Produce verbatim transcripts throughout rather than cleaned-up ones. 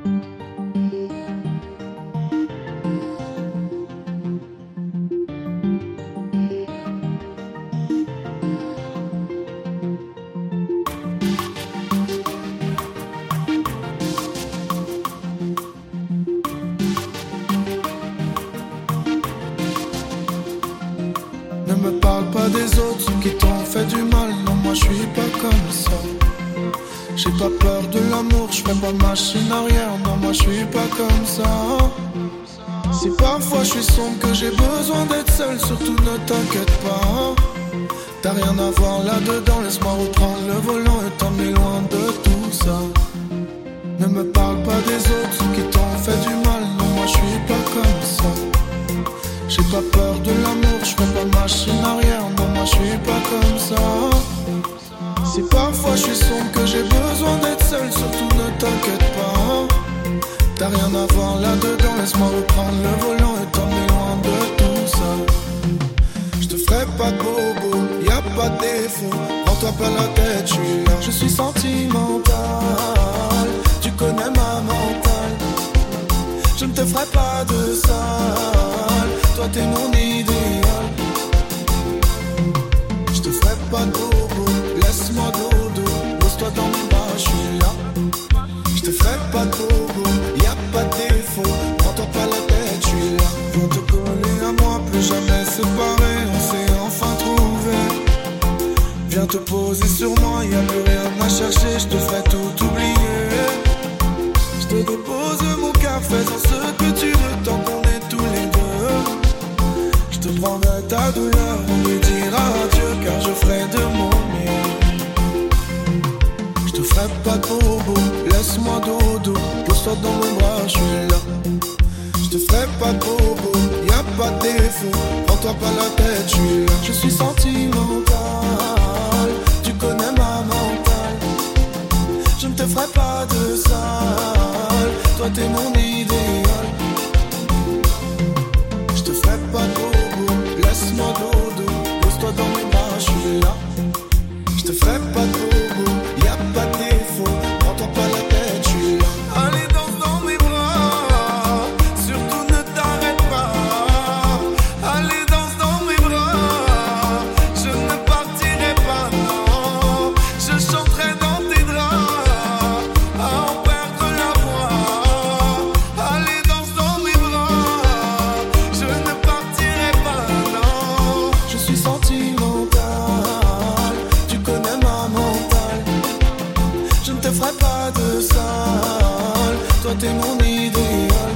Ne me parle pas des autres, ceux qui t'ont fait du mal. Non, moi je suis pas comme ça. J'ai pas peur de l'amour, je fais pas machine arrière. Non, moi je suis pas comme ça. Si parfois je suis sombre, que j'ai besoin d'être seul, surtout ne t'inquiète pas. T'as rien à voir là-dedans, laisse-moi reprendre le volant et t'emmener loin de tout ça. Ne me parle pas des autres, ceux qui t'ont fait du mal. Non, moi je suis pas comme ça. J'ai pas peur de l'amour, je fais pas machine arrière. Non, moi je suis pas comme ça. Si parfois je suis sombre, que j'ai besoin d'être seul, surtout ne t'inquiète pas. T'as rien à voir là-dedans, laisse-moi reprendre le volant et t'emmener loin de tout ça. Je te ferai pas de bobo, y'a pas de défaut. Prends-toi pas la tête, je suis là. Je suis sentimental, tu connais ma mentale. Je ne te ferai pas de sale, toi t'es mon idéal. Je te ferai pas de bobo, laisse-moi dodo. Pose-toi dans mes bras, je suis là. Je te ferai pas de bobo, y'a pas de défaut. Prends-toi pas la tête, je suis là. Viens te coller à moi, plus jamais séparés. On s'est enfin trouvé. Viens te poser sur moi, y'a plus rien à chercher. Je te ferai tout oublier. Je te dépose mon cœur, faisant ce que tu veux tant qu'on est tous les deux. Je te prendrai ta douleur, on lui dira adieu, car je ferai de mon mieux. Je te ferai pas de bobo, laisse-moi dodo. Pose-toi dans mon bras, je suis là. Je te ferai pas de bobo, y'a pas de défaut. Prends-toi pas la tête, je suis là. Je suis sentimental, tu connais ma mentale. Je ne te ferai pas de sale, toi t'es mon idéal. Je te ferai pas de bobo, laisse-moi dodo. Pose-toi dans mes bras, je suis là. Je te ferai pas de bobo, y'a pas de défaut. Prends-toi pas la tête, je suis là. Allez, danse dans mes bras, surtout ne t'arrête pas. Allez, danse dans mes bras, je ne partirai pas, non. Je chanterai dans tes draps, à en perdre la voix. Allez, danse dans mes bras, je ne partirai pas, non. Je suis sentimental, tu connais ma mentale. Je ne te ferai pas de sale, toi t'es mon idéal.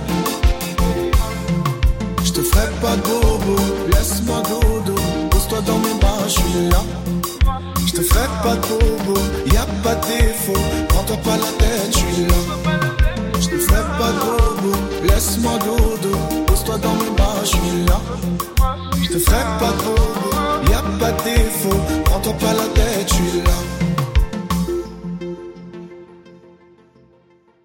Je te ferai pas de bobo, laisse-moi dodo. Pose-toi dans mes bras, je suis là. Je te ferai pas de bobo, y'a pas de défaut. Prends-toi pas la tête, je suis là. Je te ferai pas de bobo, laisse-moi dodo. Pose-toi dans mes bras, je suis là. Je te ferai pas de bobo, y'a pas de défaut. Prends-toi pas la tête, je suis là.